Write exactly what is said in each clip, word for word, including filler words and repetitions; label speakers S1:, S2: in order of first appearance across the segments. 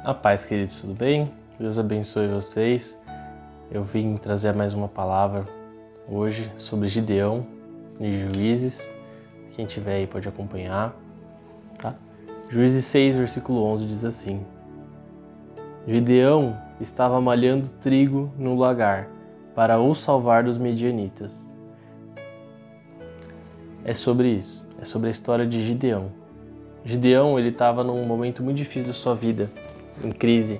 S1: A paz, queridos, tudo bem? Deus abençoe vocês. Eu vim trazer mais uma palavra hoje sobre Gideão e Juízes. Quem tiver aí pode acompanhar, tá? Juízes seis, versículo onze diz assim: Gideão estava malhando trigo no lagar para o salvar dos medianitas. É sobre isso, é sobre a história de Gideão. Gideão, ele estava num momento muito difícil da sua vida, em crise.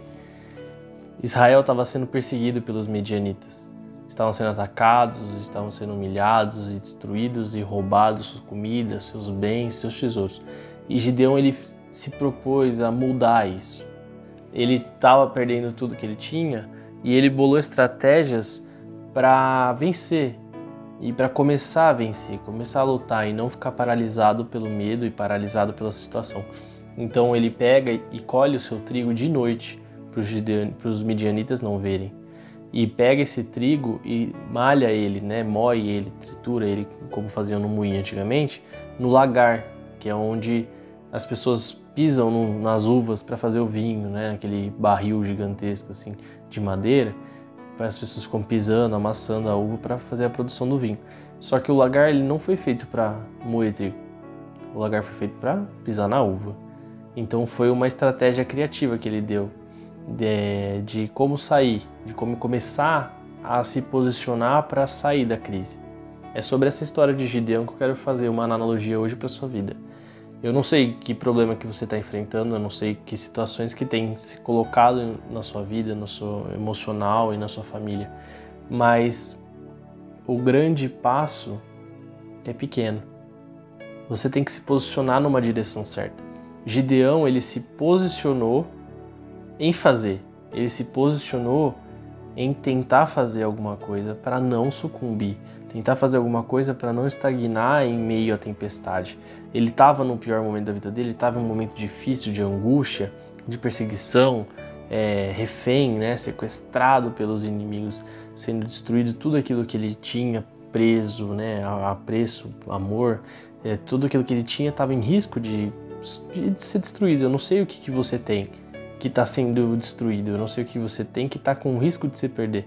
S1: Israel estava sendo perseguido pelos medianitas. Estavam sendo atacados, estavam sendo humilhados e destruídos e roubados suas comidas, seus bens, seus tesouros. E Gideão, ele se propôs a mudar isso. Ele estava perdendo tudo que ele tinha e ele bolou estratégias para vencer e para começar a vencer, começar a lutar e não ficar paralisado pelo medo e paralisado pela situação. Então ele pega e colhe o seu trigo de noite para os midianitas não verem. E pega esse trigo e malha ele, né? Moe ele, tritura ele, como faziam no moinho antigamente, no lagar, que é onde as pessoas pisam no, nas uvas para fazer o vinho, né? Aquele barril gigantesco assim de madeira, para as pessoas ficam pisando, amassando a uva para fazer a produção do vinho. Só que o lagar ele não foi feito para moer trigo. O lagar foi feito para pisar na uva. Então foi uma estratégia criativa que ele deu de, de como sair, de como começar a se posicionar para sair da crise. É sobre essa história de Gideão que eu quero fazer uma analogia hoje para a sua vida. Eu não sei que problema que você está enfrentando, eu não sei que situações que tem se colocado na sua vida, no seu emocional e na sua família, mas o grande passo é pequeno. Você tem que se posicionar numa direção certa. Gideão, ele se posicionou em fazer, ele se posicionou em tentar fazer alguma coisa para não sucumbir, tentar fazer alguma coisa para não estagnar em meio à tempestade. Ele estava no pior momento da vida dele, ele estava em um momento difícil de angústia, de perseguição, é, refém, né, sequestrado pelos inimigos, sendo destruído tudo aquilo que ele tinha preso, né, a, a preço, amor, é, tudo aquilo que ele tinha estava em risco de de ser destruído. Eu não sei o que, que você tem que está sendo destruído, eu não sei o que você tem que está com risco de se perder,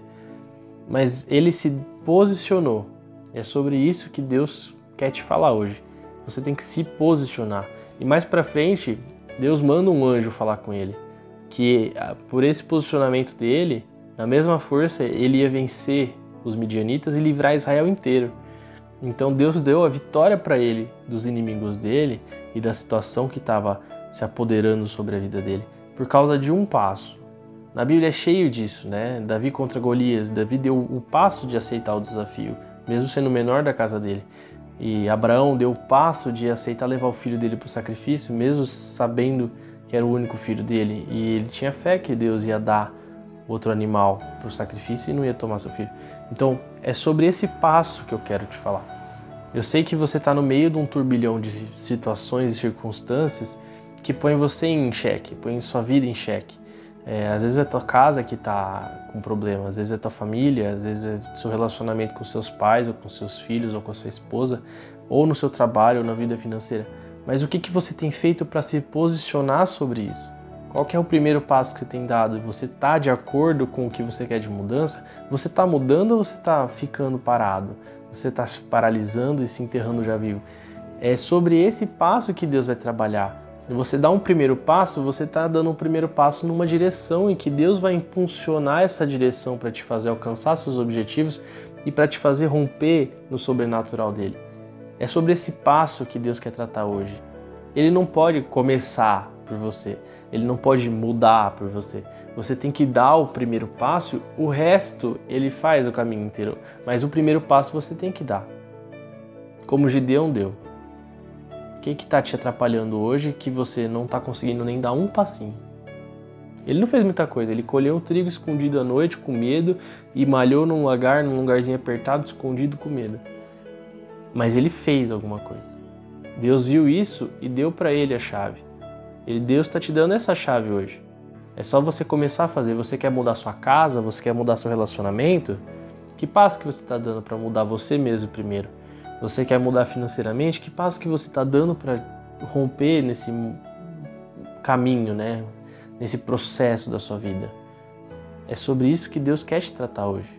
S1: mas ele se posicionou. É sobre isso que Deus quer te falar hoje. Você tem que se posicionar, e mais pra frente Deus manda um anjo falar com ele, que por esse posicionamento dele, na mesma força, ele ia vencer os midianitas e livrar Israel inteiro. Então Deus deu a vitória para ele dos inimigos dele e da situação que estava se apoderando sobre a vida dele, por causa de um passo. Na Bíblia é cheio disso, né? Davi contra Golias, Davi deu o passo de aceitar o desafio, mesmo sendo o menor da casa dele. E Abraão deu o passo de aceitar levar o filho dele para o sacrifício, mesmo sabendo que era o único filho dele. E ele tinha fé que Deus ia dar outro animal para o sacrifício e não ia tomar seu filho. Então, é sobre esse passo que eu quero te falar. Eu sei que você está no meio de um turbilhão de situações e circunstâncias que põem você em xeque, põem sua vida em xeque. É, às vezes é a tua casa que está com problema, às vezes é a tua família, às vezes é o seu relacionamento com seus pais, ou com seus filhos, ou com a sua esposa, ou no seu trabalho, ou na vida financeira. Mas o que, que você tem feito para se posicionar sobre isso? Qual que é o primeiro passo que você tem dado? Você está de acordo com o que você quer de mudança? Você está mudando ou você está ficando parado? Você está se paralisando e se enterrando já vivo? É sobre esse passo que Deus vai trabalhar. Você dá um primeiro passo, você está dando um primeiro passo numa direção em que Deus vai impulsionar essa direção para te fazer alcançar seus objetivos e para te fazer romper no sobrenatural dele. É sobre esse passo que Deus quer tratar hoje. Ele não pode começar por você, ele não pode mudar por você. Você tem que dar o primeiro passo, o resto ele faz o caminho inteiro, mas o primeiro passo você tem que dar, como Gideão deu. O que está te atrapalhando hoje que você não está conseguindo nem dar um passinho? Ele não fez muita coisa, ele colheu o trigo escondido à noite com medo e malhou num lagar, num lugarzinho apertado, escondido com medo. Mas ele fez alguma coisa. Deus viu isso e deu para ele a chave. Ele, Deus está te dando essa chave hoje. É só você começar a fazer. Você quer mudar sua casa? Você quer mudar seu relacionamento? Que passo que você está dando para mudar você mesmo primeiro? Você quer mudar financeiramente? Que passo que você está dando para romper nesse caminho, né? nesse processo da sua vida. É sobre isso que Deus quer te tratar hoje.